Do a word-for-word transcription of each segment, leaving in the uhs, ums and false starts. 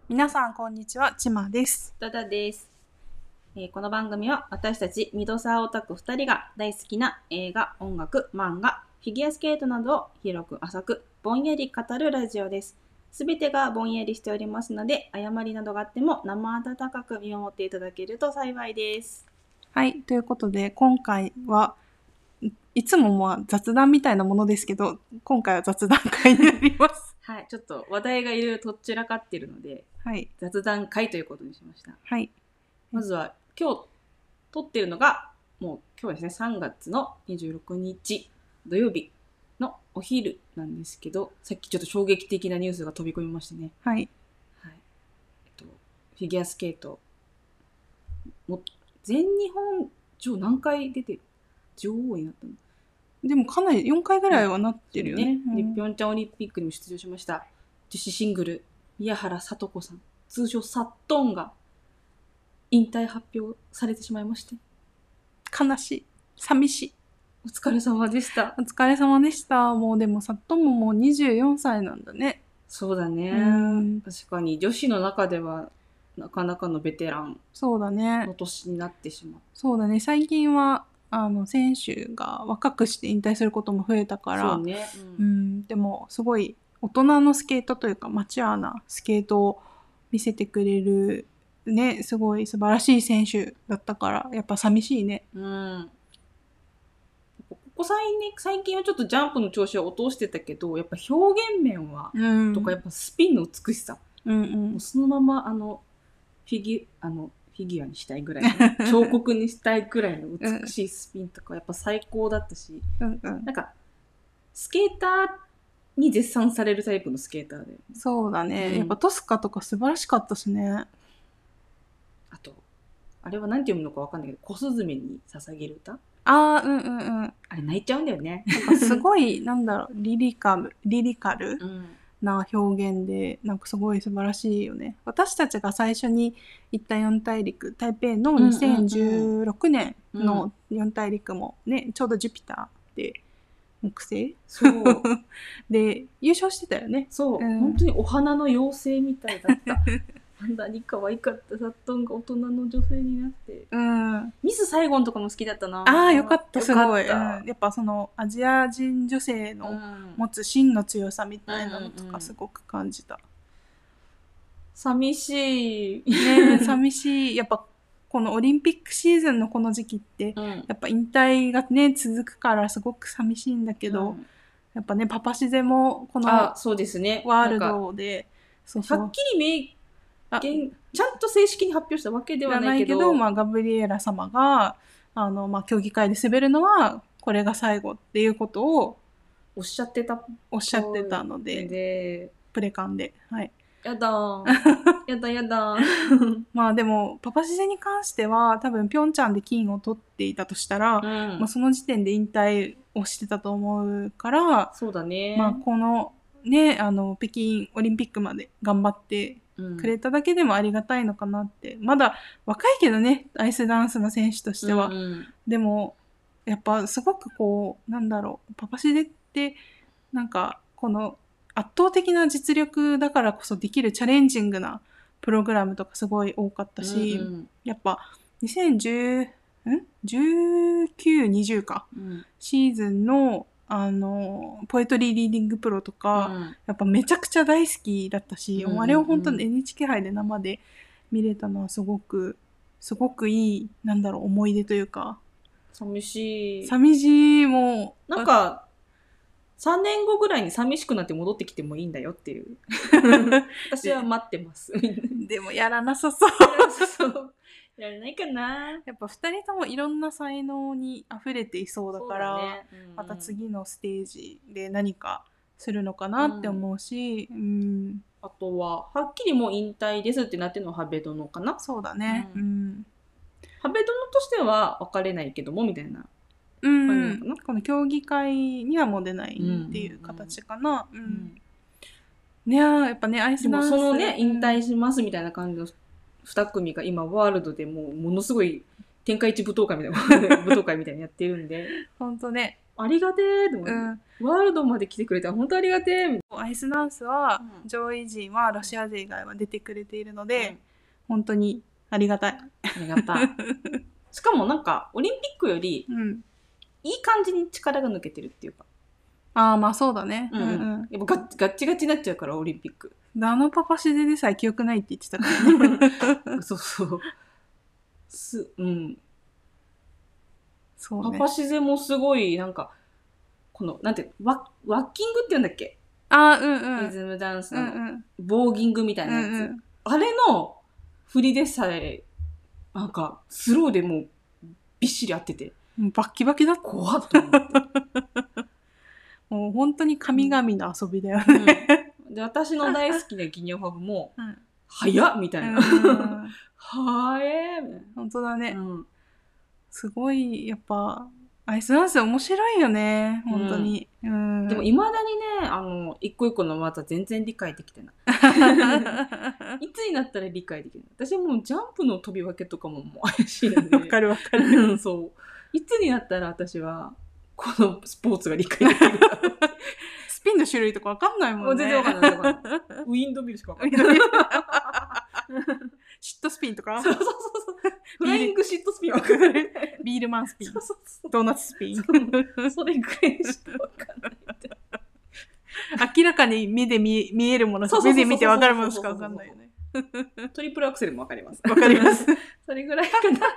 皆さんこんにちは、ちまです。 ダダです、えー、この番組は私たちミドサーオタクふたりが大好きな映画、音楽、漫画、フィギュアスケートなどを広く浅くぼんやり語るラジオです。すべてがぼんやりしておりますので、誤りなどがあっても生温かく見守っていただけると幸いです。 はい、ということで今回はいつもまあ雑談みたいなものですけど、今回は雑談会になります。 はい、ちょっと話題がいろいろとっちらかっているので、 はい、 雑談会ということにしました。 はい。 まずは今日撮ってるのがもう今日ですね、さんがつのにじゅうろくにち土曜日のお昼なんですけど、さっきちょっと衝撃的なニュースが飛び込みましてね。 はい。 はい、えっと、フィギュアスケートも全日本上何回出て女王になったの？ でもかなりよんかいぐらいはなってるよね。 うん、ね、でピョンチャンオリンピックにも出場しました女子シングル宮原知子さん、通称サットンが引退発表されてしまいまして、 悲しい、寂しい。 お疲れ様でした。 お疲れ様でした。もうでもサットンももうにじゅうよんさいなんだね。 そうだね。確かに女子の中ではなかなかのベテランの年になってしまう。 そうだね。最近はあの選手が若くして引退することも増えたから、 そうね、 うん、うん、でもすごい大人のスケートというかマチュアなスケートを見せてくれるね、すごい素晴らしい選手だったからやっぱ寂しいね。 うん。ここ最近最近はちょっとジャンプの調子を落としてたけど、やっぱ表現面は、うん、とかやっぱスピンの美しさ、 うんうん、 もうそのままあのフィギュあのフィギュアにしたいぐらいの彫刻にしたいぐらいの美しいスピンとかやっぱ最高だったし、 うんうん、 なんかスケーターに絶賛されるタイプのスケーターで。 そうだね、うん、やっぱトスカとか素晴らしかったしね。 あとあれは何て読むのか分かんないけど、小雀に捧げる歌、 あーうんうんうん、 あれ泣いちゃうんだよね。 なんかすごいなんだろうリリカルリリカル、うんな表現で、なんかすごい素晴らしいよね。私たちが最初に行った四大陸、台北のにせんじゅうろくねんの四大陸もね、うん、ちょうどジュピターで木星そうで優勝してたよね。 そう、うん、本当にお花の妖精みたいだった。あんなに可愛かったサットンが大人の女性になって、うん、ミスサイゴンとかも好きだったな。 ああよかった、すごい、うん、やっぱそのアジア人女性の持つ芯の強さみたいなのとかすごく感じた。うんうんうん、 寂しいね、寂しい。やっぱこのオリンピックシーズンのこの時期って、うん、やっぱ引退がね続くからすごく寂しいんだけど、うん、やっぱねパパシゼもこのワールドで、 そうそうはっきり明言ちゃんと正式に発表したわけではないけど、けどまあ、ガブリエラ様があの、まあ、競技会で滑るのはこれが最後っていうことをおっしゃってたおっしゃってたので、でプレカンで、はい、 やだやだやだまあでもパパシゼに関しては多分ピョンチャンで金を取っていたとしたら、うんまあ、その時点で引退をしてたと思うから、 そうだね、 まあ、このねあの北京オリンピックまで頑張ってくれただけでもありがたいのかなって、うん、まだ若いけどねアイスダンスの選手としては、うんうん、でもやっぱすごくこうなんだろうパパシゼってなんかこの圧倒的な実力だからこそできるチャレンジングなプログラムとかすごい多かったし、うんうん、やっぱにせんじゅう、じゅうきゅう、にじゅうか、うん、シーズンのあのポエトリーリーディングプロとか、うん、やっぱめちゃくちゃ大好きだったし、うんうんうん、あれを本当に エヌエイチケー 杯で生で見れたのはすごくすごくいいなんだろう思い出というか。 寂しい寂しい。もうなんかさんねんごぐらいに寂しくなって戻ってきてもいいんだよっていう私は待ってますでもやらなさそうそうやらないかな。 やっぱふたりともいろんな才能に溢れていそうだから、ねうんうん、また次のステージで何かするのかなって思うし、うんうん、 あとははっきりもう引退ですってなってるのはハベドノかな。 そうだね、うんうん、 ハベドノとしては別れないけどもみたいなうんうん、この競技会にはもう出ないっていう形かな。うんうんうん、ねやっぱねアイスダンスでもそのね引退しますみたいな感じのに組が今ワールドでもうものすごい天下一舞踏会みたいな舞踏会みたいにやってるんで本当ねありがてーでも、うん、ワールドまで来てくれたら本当ありがてーみたいアイスダンスはうん上位陣はロシア勢以外は出てくれているので、 うん、 本当にありがたい。 ありがたい。しかもなんかオリンピックよりうんいい感じに力が抜けてるっていうか、 ああまあそうだね。 うんうんうんうんやっぱガッガッチガチになっちゃうからオリンピック。 あのパパシデでさえ記憶ないって言ってたからね。 そうそうすうんそうね。 パパシゼもすごいなんかこのなんてワワッキングって言うんだっけ、 あーうんうん。 リズムダンスのうんうん。 ボーギングみたいなやつ、 うんうんあれの振りでさえなんかスローでもうびっしり合っててもうバッキバキだった。 怖っと思って、 もう本当に神々の遊びだよね。 うん、で私の大好きなギニョファブもうん早っみたいな、 うんはえーみたい本当だね。 な、うん、 すごいやっぱアイスダンス面白いよね本当に。うんでもいまだにねあの一個一個の技全然理解できてないいつになったら理解できるの。私もうジャンプの飛び分けとかももう怪しいのでわかるわかる。 うんそういつになったら私はこのスポーツが理解できるかスピンの種類とかわかんないもんね。 もう全然わかんない。わかんないウィンドミルしかわかんないシットスピンとかそうそうそうそうフライングシットスピンわかんないビールマンスピンそうそうそうドーナツスピンそれぐらいしかわかんないって明らかに目で 見, 見えるものそうそうそうそう目で見てわかるものしかわかんないよね。 トリプルアクセルもわかりますわかりますそれぐらいかな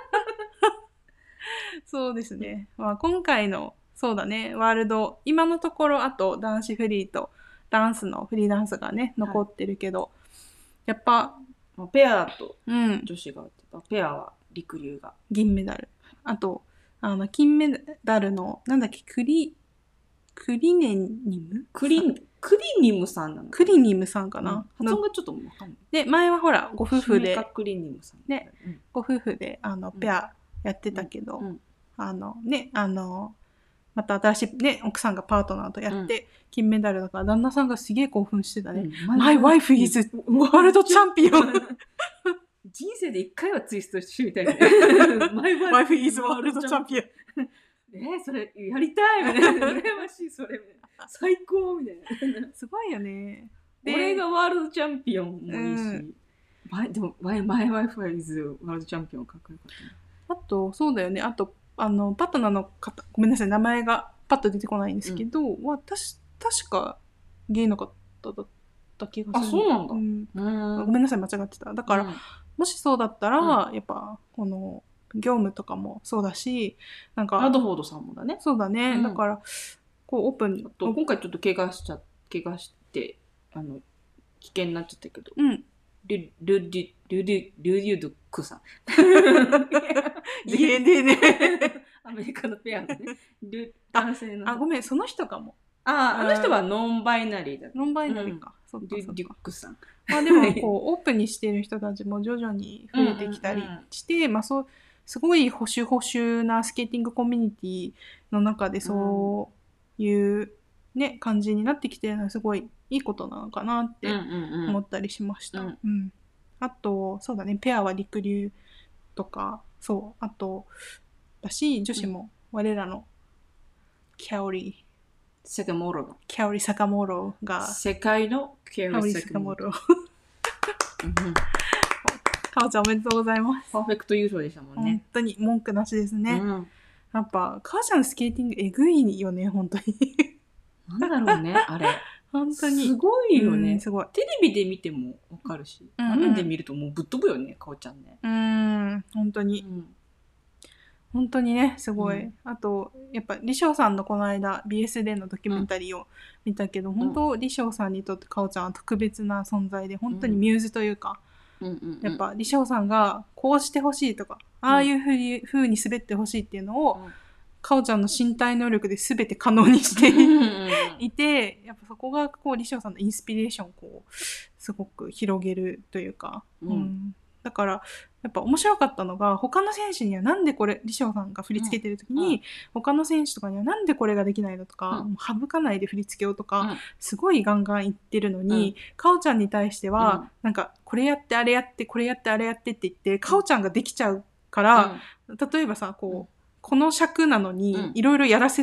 そうですね、まあ、今回のそうだねワールド今のところあと男子フリーとダンスのフリーダンスがね残ってるけど、はい、やっぱペアとうん女子が、うん、ペアは陸流が銀メダル、あとあの金メダルのなんだっけクリクリネニムクリクリニムさんなのクリニムさんかな、 うん、発音がちょっとわかんないで前はほらご夫婦でクリニムさんね、うん、ご夫婦であのペアやってたけど、うんうん、あのねあのまた新しいね奥さんがパートナーとやって金メダルだから、うん、旦那さんがすげえ興奮してたね、うん、My wife is world champion 人生で一回はツイストしてみたいね My wife is world champion えー、それやりたいみたいな羨ましいそれ最高みたいなすごいよね俺がワールドチャンピオンもいいし、うんでも My, my wife is ワールドチャンピオンかっこよかったね。 あとそうだよねあとあのパートナーの方ごめんなさい名前がパッと出てこないんですけど、うん、私確かゲイの方だった気がする。 あそうなんだ、 うん、ごめんなさい間違ってただから、うん、もしそうだったら、うん、やっぱこの業務とかもそうだしなんかラドフォードさんもだねそうだね、うん、だからこうオープンと今回ちょっと怪我しちゃ怪我してあの危険になっちゃったけど、 うんルルルルルルルリュドックさん言えねえねアメリカのペアのねル男性のあ, あごめんその人かもああの人はノンバイナリーだノンバイナリーか、 うん、ルリュックさんまあでもこうオープンにしている人たちも徐々に増えてきたりして、うんうんうん、まあそうすごい保守保守なスケーティングコミュニティの中でそういうね感じになってきてるのはすごいいいことなのかなって思ったりしました、うんうんうん、あとそうだねペアは陸流とかそうあとだし女子も我らのキャオリサカモロキャオリサカモロが世界のキャオリサカモロかおちゃんおめでとうございます。 パーフェクト優勝でしたもんね。 本当に文句なしですね、うん、やっぱかおちゃんのスケーティングえぐいよね本当になんだろうねあれ本当にすごいよね、 うん、すごいテレビで見てもわかるし、うんうん、画面で見るともうぶっ飛ぶよねかおちゃんね。 うん本当に、うん、本当にねすごい、うん、あとやっぱ李翔さんのこの間 ビーエス でのドキュメンタリーを見たけど、うん、本当李翔さんにとってかおちゃんは特別な存在で本当にミューズというか、うんうんうんうん、やっぱ李翔さんがこうしてほしいとか、うん、ああいうふうに、風に滑ってほしいっていうのを、うんかおちゃんの身体能力で全て可能にしていてやっぱそこがこう李翔さんのインスピレーションをこうすごく広げるというか、うんうん、だからやっぱ面白かったのが他の選手にはなんでこれ李翔さんが振り付けてる時に、うん、他の選手とかにはなんでこれができないのとか、うん、もう省かないで振り付けをとか、うん、すごいガンガン言ってるのに、うん、かおちゃんに対しては、うん、なんかこれやってあれやってこれやってあれやってって言ってかおちゃんができちゃうから、うん、例えばさこう、うんこの尺なのにいろいろやらせすぎ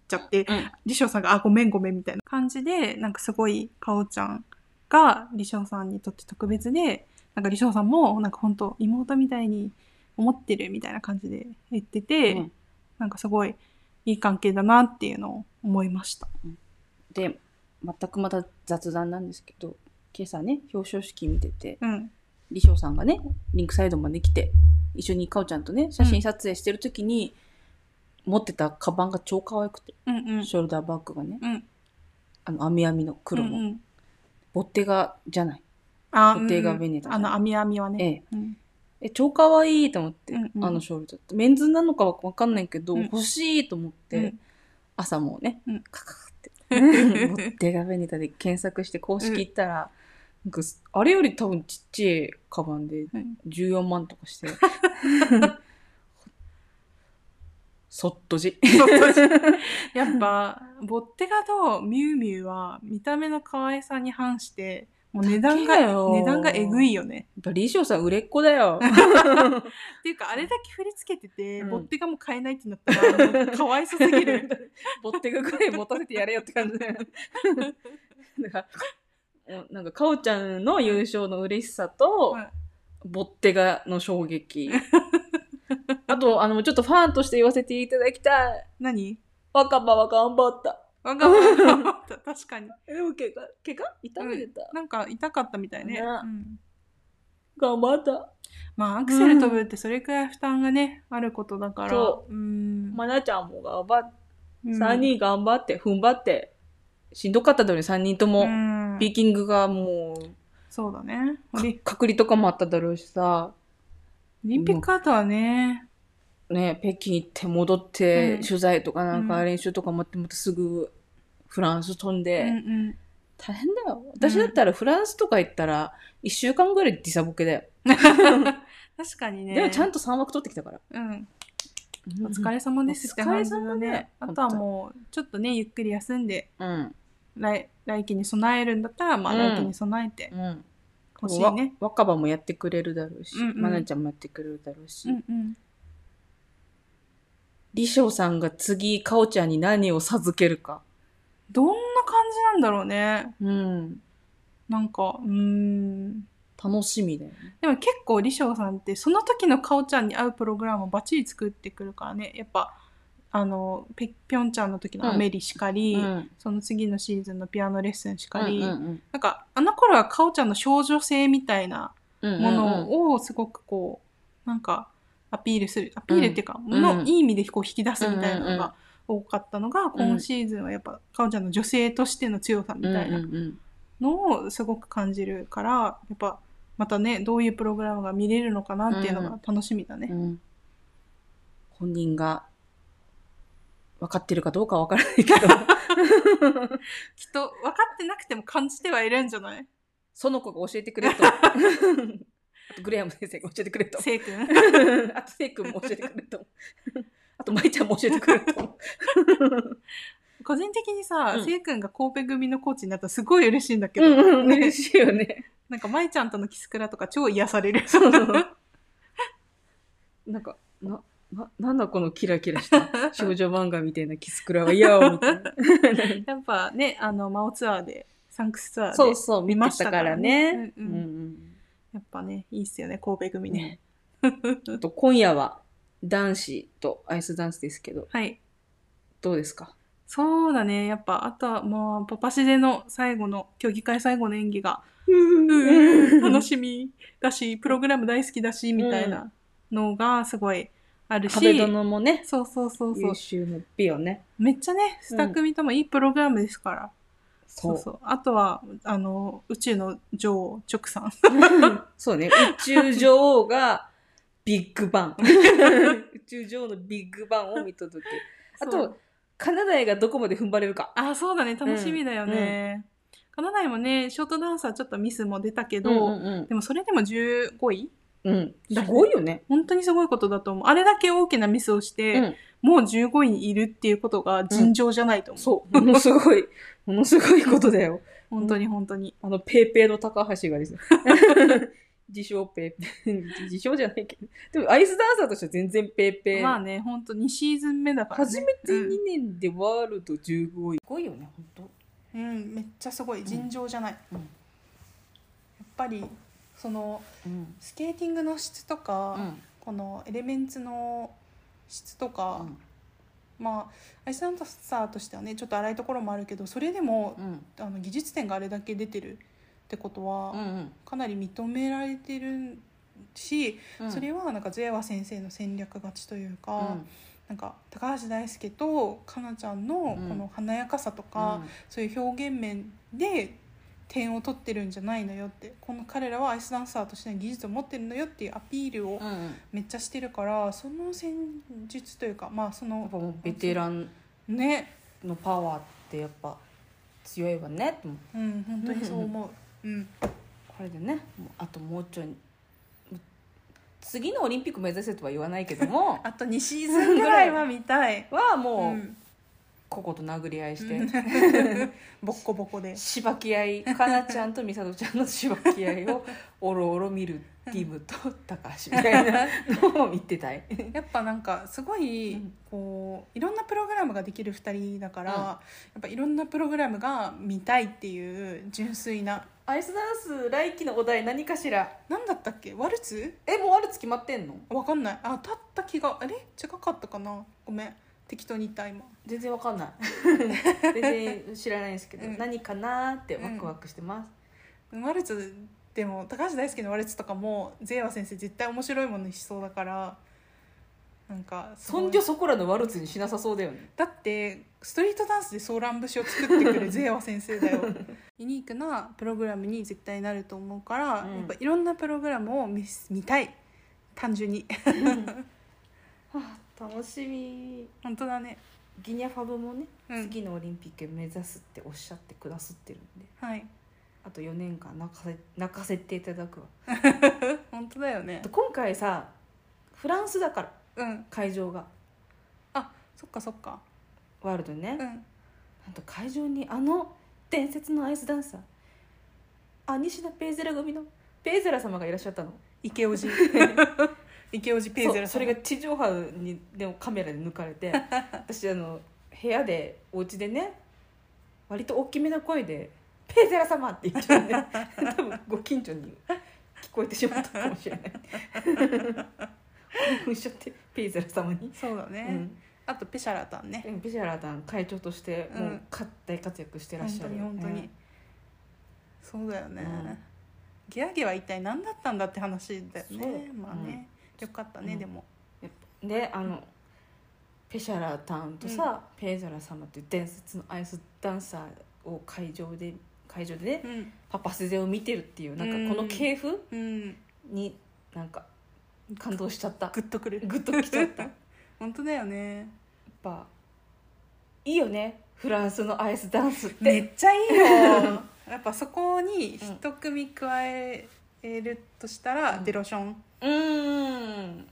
ちゃって、 うん、 リショウさんがあごめんごめんみたいな感じで、なんかすごいかおちゃんがリショウさんにとって特別で、なんかリショウさんもなんか本当妹みたいに思ってるみたいな感じで言ってて、うん、なんかすごいいい関係だなっていうのを思いました。 うん、で全くまた雑談なんですけど、今朝ね表彰式見てて、うん、リショウさんがねリンクサイドまで来て一緒にかおちゃんとね写真撮影してる時に、うん、持ってたカバンが超可愛くて、うんうん、ショルダーバッグがね、うん、あの網網の黒の、うんうん、ボッテガじゃない、 あボッテガベネタじゃない、 あの網網はね、 ええ、うん、え超可愛いと思って、うんうん、あのショルダーってメンズなのかは分かんないけど、うん、欲しいと思って、うん、朝もね、うん、カカカってボッテガベネタで検索して公式行ったら、うんなんかあれより多分ちっちゃいカバンでじゅうよんまんとかして、うん、そっとじやっぱボッテガとミュウミュウは見た目の可愛さに反してもう値段が値段がえぐいよね。 やっぱリショウさん売れっ子だよっていうかあれだけ振り付けてて、うん、ボッテガも買えないってなったらもうかわいそすぎるボッテガぐらい持たせてやれよって感じだよだからなんかかおちゃんの優勝の嬉しさと、はい、ボッテガの衝撃あとあのちょっとファンとして言わせていただきたい。 何？ 若葉は頑張った。 若葉は頑張った確かに。 でも怪我怪我痛めてた、 うん、なんか痛かったみたいね、ね、うん、 頑張った。 まあアクセル飛ぶってそれくらい負担がね、うん、あることだからそう、うん、まなちゃんも頑張って、うん、さんにん頑張って踏ん張ってしんどかっただろうねさんにんとも、うん、ピーキングがもうそうだね隔離とかもあっただろうしさ、 オリンピックアートはねね北京行って戻って、うん、取材とかなんか練習とかもあってまたすぐフランス飛んで、うんうん、大変だよ。私だったらフランスとか行ったらいっしゅうかんぐらい時差ボケだよ確かにね。 でもちゃんとさんわく取ってきたから、 うん、お疲れ様ですって感じだね。ねあとはもうちょっとねゆっくり休んで、うん、来, 来期に備えるんだったらまあ来期に備えてほしいね、 うん、若葉もやってくれるだろうし、うんうん、まなちゃんもやってくれるだろうし、うんうん、リショウさんが次かおちゃんに何を授けるかどんな感じなんだろうね。うん。なんか、うーん。 楽しみだよね。 でも結構、リショウさんって、その時のかおちゃんに合うプログラムをバッチリ作ってくるからね。やっぱ、あの、ピョンチャンの時のアメリしかり、うん、その次のシーズンのピアノレッスンしかり、うんうんうん、なんか、あの頃はかおちゃんの少女性みたいなものをすごくこう、なんか、アピールする。アピールっていうか、うん、のいい意味でこう引き出すみたいなのが、うんうんうん多かったのが今シーズンはやっぱかおちゃんの女性としての強さみたいなのをすごく感じるからやっぱまたねどういうプログラムが見れるのかなっていうのが楽しみだね、うんうん、 本人が分かってるかどうか分からないけどきっと分かってなくても感じてはいるんじゃない？ その子が教えてくれとあとグレアム先生が教えてくれとせいくんあとせいくんも教えてくれとあと、まいちゃんも教えてくれると思う。 個人的にさ、うん、せいくんが神戸組のコーチになったらすごい嬉しいんだけど。 うんうん、嬉しいよね。 なんか、まいちゃんとのキスクラとか超癒される。そうそうなんか、な、な、なんだこのキラキラした少女漫画みたいなキスクラは嫌よ、みたいな。 やっぱね、あの、マオツアーで、サンクスツアーでそうそう、見ましたからね。 うんうんうん、やっぱね、いいっすよね、神戸組ね。 うん、あと今夜は、男子とアイスダンスですけど、 はい、 どうですか？ そうだねやっぱあとはもうパパシデの最後の競技会最後の演技が楽しみだしプログラム大好きだしみたいなのがすごいあるし、 壁殿もねそうそうそうそう優秀の美よねめっちゃねに組ともいいプログラムですから、うん、そうそうあとはあの宇宙の女王直さんそうね宇宙女王がビッグバン宇宙女王のビッグバンを見届けあとカナダイがどこまで踏ん張れるかあそうだね楽しみだよね、うんうん、カナダイもねショートダンサーちょっとミスも出たけど、うんうんうん、でもそれでもじゅうごい、 うん、すごいよね本当にすごいことだと思うあれだけ大きなミスをして、うん、もうじゅうごいにいるっていうことが尋常じゃないと思う、 うん、そうものすごいものすごいことだよ本当に本当にあのペーペーの高橋がですね自称ペーペー自称じゃないけど、でもアイスダンサーとしては全然ペーペー。 まあね、ほんとにシーズン目だからね。 初めてにねんでワールドじゅうごい。すごいよね、ほんと。 うん、めっちゃすごい。尋常じゃない。 うん、 やっぱり、その、 うん、 スケーティングの質とか、 うん、 このエレメンツの質とか、うんまあ、アイスダンサーとしてはねちょっと荒いところもあるけどそれでも、うん、あの技術点があれだけ出てるってことは、うんうん、かなり認められてるし、うん、それはなんかズエワ先生の戦略勝ちというか、うん、なんか高橋大輔とかなちゃんのこの華やかさとか、うん、そういう表現面で点を取ってるんじゃないのよってこの彼らはアイスダンサーとしての技術を持ってるのよっていうアピールをめっちゃしてるから、うん、その戦術というかまあそのやっぱもうベテランのパワーってやっぱ強いわねってうん本当にそう思う、うん、 これでねもうあともうちょい次のオリンピック目指せとは言わないけどもあとにシーズンぐらいは見たいはもう、うんここと殴り合いしてボッコボコでしばき合いかなちゃんとみさとちゃんのしばき合いをおろおろ見るティムと高橋みたいなのを見てたいやっぱなんかすごいこういろんなプログラムができるふたりだから、うん、やっぱいろんなプログラムが見たいっていう純粋なアイスダンス来季のお題何かしら何だったっけワルツえもうワルツ決まってんのわかんないあ当たった気があれ違かったかなごめん適当に言った今全然わかんない全然知らないんですけど、うん、何かなってワクワクしてます、 うん、ワルツでも高橋大輔のワルツとかもゼイワ先生絶対面白いものにしそうだからなんかそんじょそこらのワルツにしなさそうだよねだってストリートダンスでソーラン節を作ってくるゼイワ先生だよユニークなプログラムに絶対なると思うから、うん、やっぱいろんなプログラムを 見, 見たい単純にはあ楽しみ本当だねギニャファブもね、うん、次のオリンピック目指すっておっしゃってくださってるんで、 はい、 あとよねんかん泣かせ、泣かせていただくわ本当だよね今回さフランスだから、うん、会場があそっかそっかワールドね、うん、なんと会場にあの伝説のアイスダンサーあ西田ペーゼラ組のペーゼラ様がいらっしゃったの池オジ池オジペーゼラ様そ, それが地上波にでもカメラで抜かれて私あの部屋でお家でね割と大きめな声でペーゼラ様って言っちゃうね多分ご近所に聞こえてしまったかもしれない興奮しちゃってペーゼラ様にそうだね、うん、あとペシャラタンねペシャラタン会長としてもう大活躍してらっしゃる、 うん、本当に本当に、うん、そうだよね、うん、ゲアゲは一体何だったんだって話だよねまあね、うん、よかったね、うん、でもであのペシャラタンとさ、うん、ペーゼラ様っていう伝説のアイスダンサーを会場で会場でね、うん、パパスゼを見てるっていうなんかこの系譜、うん、になんか感動しちゃったグッとくるグッときちゃった本当だよねやっぱいいよねフランスのアイスダンスってめっちゃいいよやっぱそこに一組加えるとしたら、うん、デロションうーん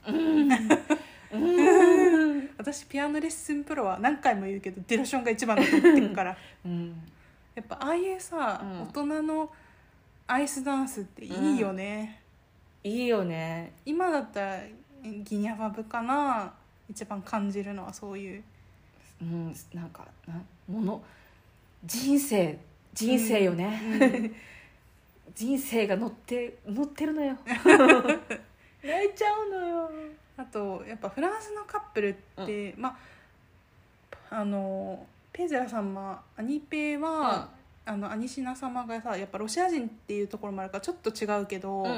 うん私ピアノレッスンプロは何回も言うけどデロションが一番だと言ってるから、うん、やっぱああいうさ、うん、大人のアイスダンスっていいよね、 うん、いいよね今だったらギニャファブかな一番感じるのはそういう、 うん、なんかなもの人生人生よね、うんうん、人生が乗って乗ってるのよ泣いちゃうのよあとやっぱフランスのカップルって、うん、まああのペーゼラ様アニペは、うん、あのアニシナ様がさやっぱロシア人っていうところもあるからちょっと違うけど、うんうんうん、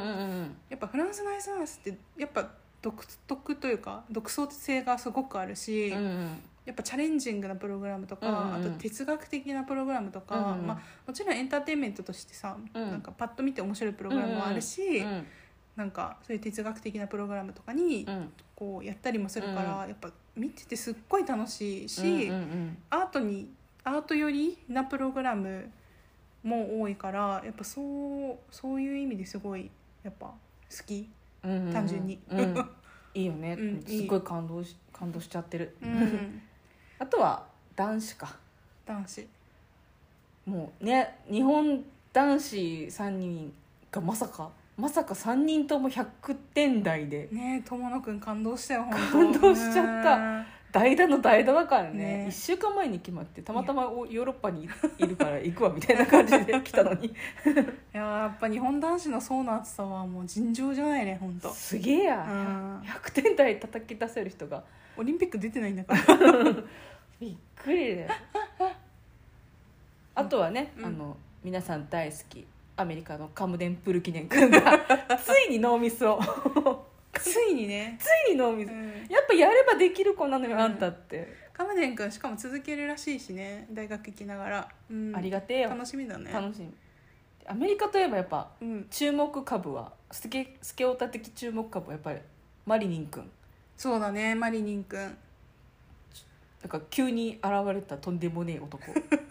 やっぱフランスのアイスダンスってやっぱ独特というか独創性がすごくあるし、うんうん、やっぱチャレンジングなプログラムとか、うんうん、あと哲学的なプログラムとか、うんうんまあ、もちろんエンターテインメントとしてさ、うん、なんかパッと見て面白いプログラムもあるし、うんうんなんかそういう哲学的なプログラムとかにこうやったりもするから、うん、やっぱ見ててすっごい楽しいし、うんうんうん、アートにアート寄りなプログラムも多いからやっぱそうそういう意味ですごいやっぱ好き、うんうん、単純に、 うん、いいよね、うん、すごい感動し感動しちゃってる、うん、あとは男子か男子もうね日本男子さんにんがまさかまさかさんにんともひゃくてん台でねえ友野くん感動したよ本当感動しちゃった代打の代打だからねねいっしゅうかんまえに決まってたまたまヨーロッパにいるから行くわみたいな感じで来たのにいややっぱ日本男子の層の厚さはもう尋常じゃないね本当すげえや、 うんひゃくてん台叩き出せる人がオリンピック出てないんだからびっくりだよあとはね、 うん、 あの皆さん大好きアメリカのカムデン・プルキネン君がついにノーミスをついにね、 ついにノーミス、 うん、 やっぱやればできる子なのよ、うん、あんたってカムデン君しかも続けるらしいしね大学行きながら、うん、 ありがてえよ楽しみだね楽しみアメリカといえばやっぱ、 うん、 注目株はスケスケオタ的注目株はやっぱりマリニン君そうだねマリニン君だから急に現れたとんでもねえ男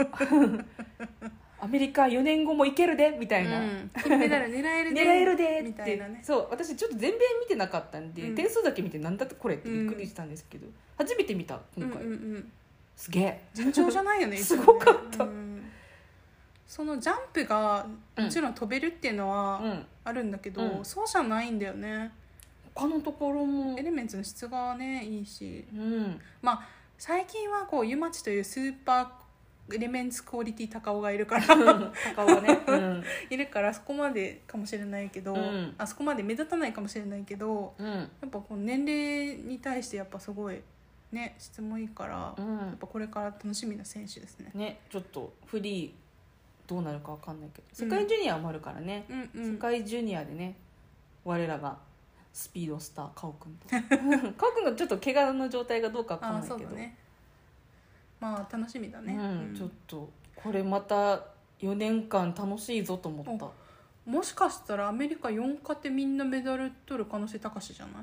アメリカよねんごもいけるでみたいな、うん、 金メダル狙えるで狙えるでみたいなねそう私ちょっと全米見てなかったんで、うん、点数だけ見てなんだってこれってびっくりしたんですけど、うん、初めて見た今回、うんうんうん、すげえ尋常じゃないよねすごかった、うん、 そのジャンプがもちろん飛べるっていうのはあるんだけど、うん、そうじゃないんだよね他のところもエレメンツの質がねいいし、 うん、 まあ最近はこうユマチというスーパーエレメンツクオリティ高尾がいるから高尾ね、うん、 いるからそこまでかもしれないけど、うん、あそこまで目立たないかもしれないけど、うん、やっぱこの年齢に対してやっぱすごいね質もいいから、うん、やっぱこれから楽しみな選手ですね。 ねちょっとフリーどうなるか分かんないけど世界ジュニアもあるからね、うんうんうん、世界ジュニアでね我らがスピードスターカオくんとカオくんがちょっと怪我の状態がどうか分かんないけどあそうだねまあ楽しみだね、 うんうん、ちょっとこれまたよねんかん楽しいぞと思った。 もしかしたらアメリカよんカテみんなメダル取る可能性高しじゃない？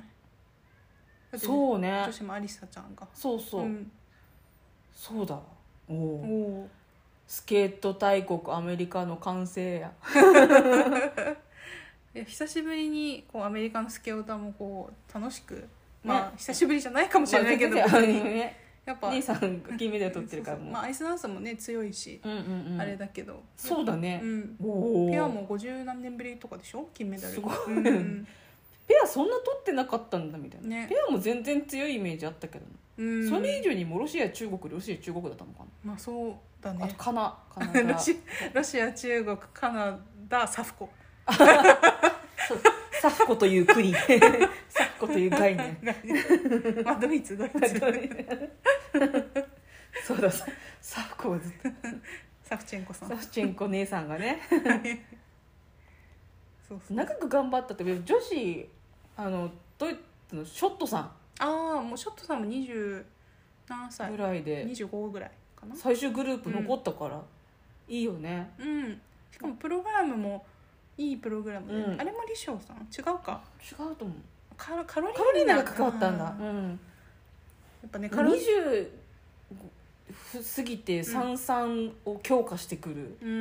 そうね女子もアリサちゃんがそうそう、うん、そうだおおスケート大国アメリカの完成やいや久しぶりにこうアメリカのスケートもこう楽しく、ね、まあ久しぶりじゃないかもしれないけど、まあねやっぱ兄さん金メダル取ってるからもうまあ、アイスダンスもね強いし、うんうんうん、あれだけどそうだね、 うん、おペアもごじゅうなんねんぶりとかでしょ金メダルすごい、うん、ペアそんな取ってなかったんだみたいな、ね、ペアも全然強いイメージあったけど、うん、それ以上にもロシア中国ロシア中国だったのかな。 まあそうだね。 あとカナカナダロシロシア中国カナダサフコサフコという国サフコという概念まあドイツドイツそうだサフコはずっとサフチェンコさんサフチェンコ姉さんがねそうそう長く頑張ったって女子あのドイツのショットさんああもうショットさんもにじゅうななさいぐらいでにじゅうごぐらいかな最終グループ残ったから、うん、いいよね。 うんしかもプログラムもいいプログラムで、うん、あれも李昌さん違うか違うと思うカロ、カロリーナが関わったんだ、うん、 やっぱねカロリーにじゅう過ぎて三々を強化してくる、 うん、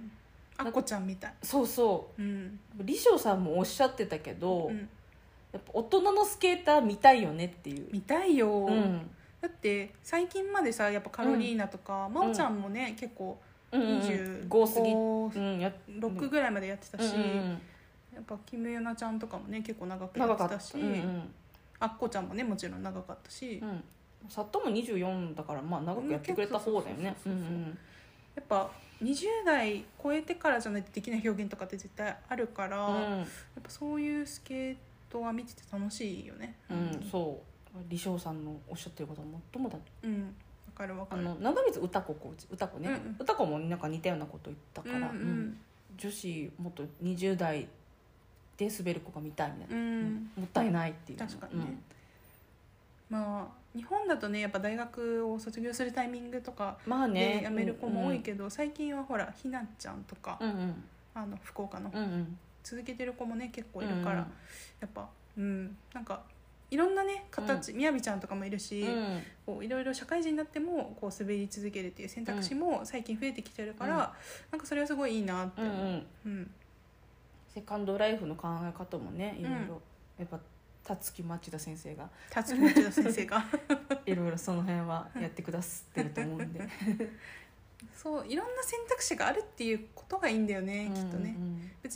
あっこちゃんみたいそうそう、うん、李昌さんもおっしゃってたけど、うん、やっぱ大人のスケーター見たいよねっていう見たいよ、うん、だって最近までさやっぱカロリーナとか、うん、真央ちゃんもね、うん、結構にじゅうご過ぎ、うん、ろくぐらいまでやってたし、うんうん、やっぱキム・ヨナちゃんとかもね結構長くやってたし、うんうん、あっこちゃんもねもちろん長かったし、うん、 サットもにじゅうよんだからまあ長くやってくれた方だよね。 やっぱにじゅう代超えてからじゃないとできない表現とかって絶対あるから、うん、やっぱそういうスケートは見てて楽しいよね。 うん、うん、そう李昌さんのおっしゃってることは最もだ。 うんわかるわかる。 あの長光歌子コーチ歌子ね、うんうん、歌子もなんか似たようなこと言ったから、うんうんうん、女子もっとにじゅう代で滑る子が見たいみたいな、うん、もったいないっていう。 確かにね、うん、まあ日本だとねやっぱ大学を卒業するタイミングとかで辞める子も多いけど、まあねうんうん、最近はほらひなちゃんとか、うんうん、あの福岡の、うんうん、続けてる子もね結構いるから、うんうん、やっぱうんなんかいろんなね形、みやびちゃんとかもいるし、うん、こういろいろ社会人になってもこう滑り続けるっていう選択肢も最近増えてきてるから、うん、なんかそれはすごいいいなって思う、うんうん、 セカンドライフの考え方もねいろいろ、うん、やっぱ辰木町田先生が辰木町田先生がいろいろその辺はやってくださってると思うんでそういろんな選択肢があるっていうことがいいんだよね、うんうん、きっとね別に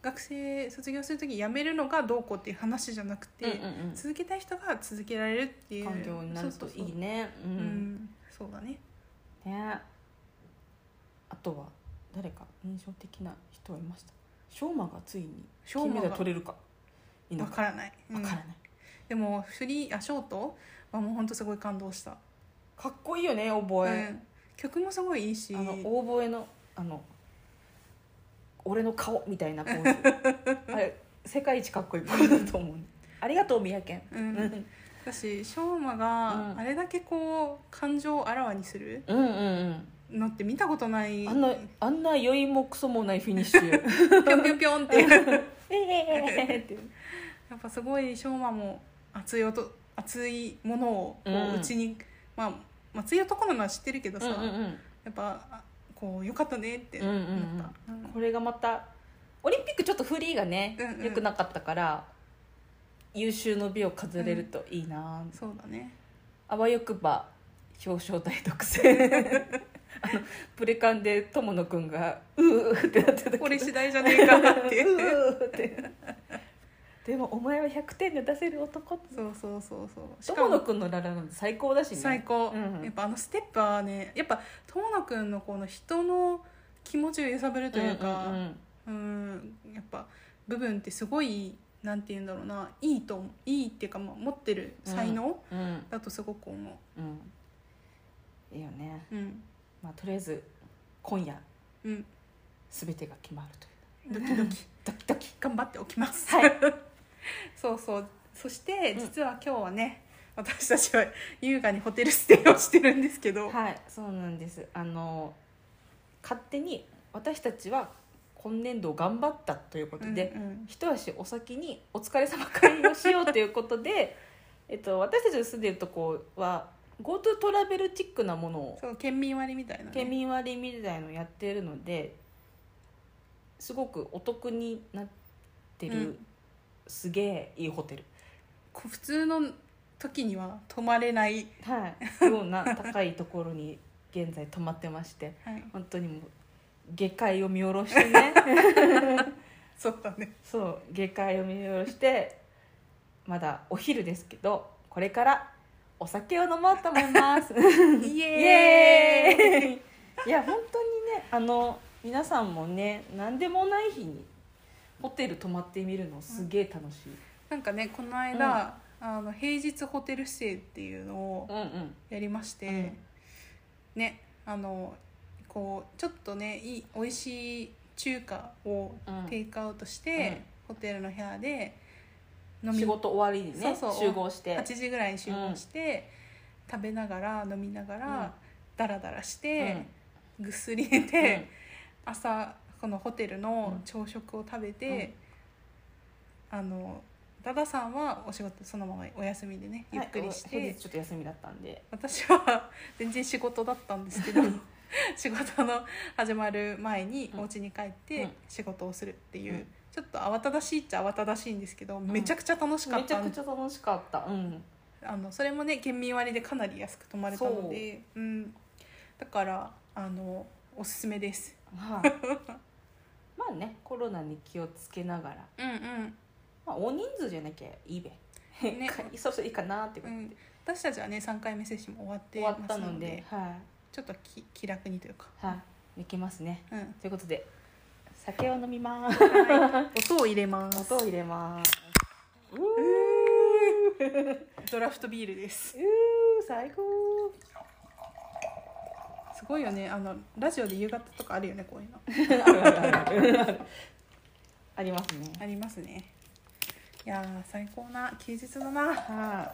学生卒業する時辞めるのがどうこうっていう話じゃなくて、 うんうんうん、 続けたい人が続けられるっていう環境になるといいね。 そうそうそう、うんうん、そうだね。 ね、あとは誰か印象的な人はいました？ショーマがついに金メダル取れるかいなかわからない、 わからない、うん、 でもフリーあショートはもうほんとすごい感動した。 かっこいいよね、オーボエ、 うん、曲もすごいいいし、 あのオーボエのあの俺の顔みたいなポーズあれ世界一かっこいいポーズだと思う、ね、ありがとう宮健、 うん、私ショーマがあれだけこう感情をあらわにするのって見たことない、 うんうんうん、あんなあんな酔いもクソもないフィニッシュぴょんぴょんぴょんってえってやっぱすごいショーマも熱い音熱いものをこううちに、うん、まあ熱い男なのは知ってるけどさ、うんうんうん、やっぱこうよかったねって思った、うんうんうん、これがまたオリンピックちょっとフリーがね、うんうん、よくなかったから優秀の美を飾れるといいな、 うん、そうだね。 あわよくば表彰台独占あのプレカンで友野くんがうーってなってたけどこれ次第じゃねえかってうーってでもお前はひゃくてんで出せる男。 そうそうそうそう。 友野くんのララなんて最高だしね。 最高、うんうん、やっぱあのステップはね、やっぱ友野くんのこの人の気持ちを揺さぶるというか、うん、うん、やっぱ部分ってすごいなんて言うんだろうな、いいといいっていうか、まあ、持ってる才能、うんうん、だとすごく思う、 うん、いいよね、 うん、 まあ、とりあえず今夜、 うん、 全てが決まるというドキドキドキドキ頑張っておきます、 はいそうそう。そして実は今日はね、うん、私たちは優雅にホテルステイをしてるんですけど、 はい、そうなんです。あの勝手に私たちは今年度頑張ったということで、うんうん、一足お先にお疲れ様会をしようということでえっと私たちの住んでいるとこは GoTo トラベルチックなものを、 そう県民割みたいな、ね、 県民割みたいなのをやってるのですごくお得になってる、うん、すげえいいホテル、 普通の時には泊まれない、 はい、ような高いところに現在泊まってまして、 はい、 本当にもう下界を見下ろしてねそうだね、 そう下界を見下ろしてまだお昼ですけどこれからお酒を飲もうと思いますイエーイいや本当にね、あの皆さんもね、何でもない日にホテル泊まってみるのすげえ楽しい、うん、 なんかねこの間、うん、あの平日ホテルステイっていうのをやりまして、うんうん、ね、あのこうちょっとねいい美味しい中華をテイクアウトして、うん、ホテルの部屋で飲み仕事終わりにね、そうそう集合してはちじぐらいに集合して、うん、食べながら飲みながら、うん、ダラダラして、うん、ぐっすり寝て、うん、朝このホテルの朝食を食べて、うん、あのダダさんはお仕事そのままお休みでねゆっくりして、 はい、ちょっと休みだったんで私は全然仕事だったんですけど仕事の始まる前にお家に帰って仕事をするっていう、うん、ちょっと慌ただしいっちゃ慌ただしいんですけど、うん、めちゃくちゃ楽しかった、 めちゃくちゃ楽しかった、うん、 あのそれもね県民割でかなり安く泊まれたので、う、うん、だからあのおすすめです、はあ、 まあねコロナに気をつけながら、 うんうん、 まあ、大人数じゃなきゃいいべ、ね、そろそろいいかなって感じで、 うん、私たちはねさんかいめ接種も終わってますので、終わったので、はい、ちょっとき気楽にというか、 はい、できますね、 うん、 ということで酒を飲みます、 はい、音を入れます音を入れますうードラフトビールです。 うー最高。 すごいよね、あのラジオで夕方とかあるよねこういうのあるあるあるあるありますねありますね。いやー最高な休日だな、はあ、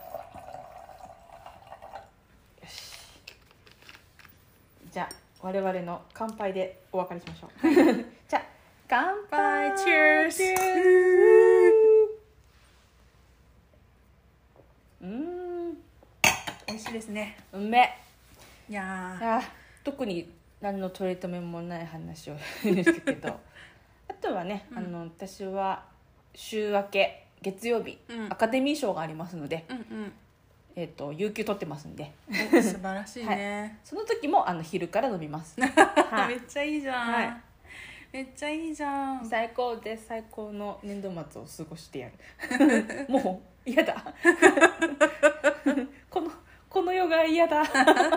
よしじゃあ我々の乾杯でお別れしましょうじゃあ乾杯 Cheers うーん美味しいですね。 うめいやいや特に何の取り留めもない話をしたけどあとはね、うん、あの私は週明け月曜日、うん、アカデミー賞がありますので、 うんうんえー、と有給取ってますんで素晴らしいね、 はい、その時もあの昼から飲みます、 はい、めっちゃいいじゃん、 はい、 めっちゃいいじゃん。 最高です。最高の年度末を過ごしてやるもう嫌だこのこの世が嫌だ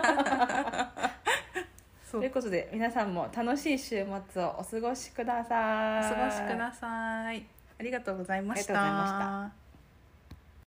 ということで皆さんも楽しい週末をお過ごしください。 お過ごしください。ありがとうございました。 ありがとうございました。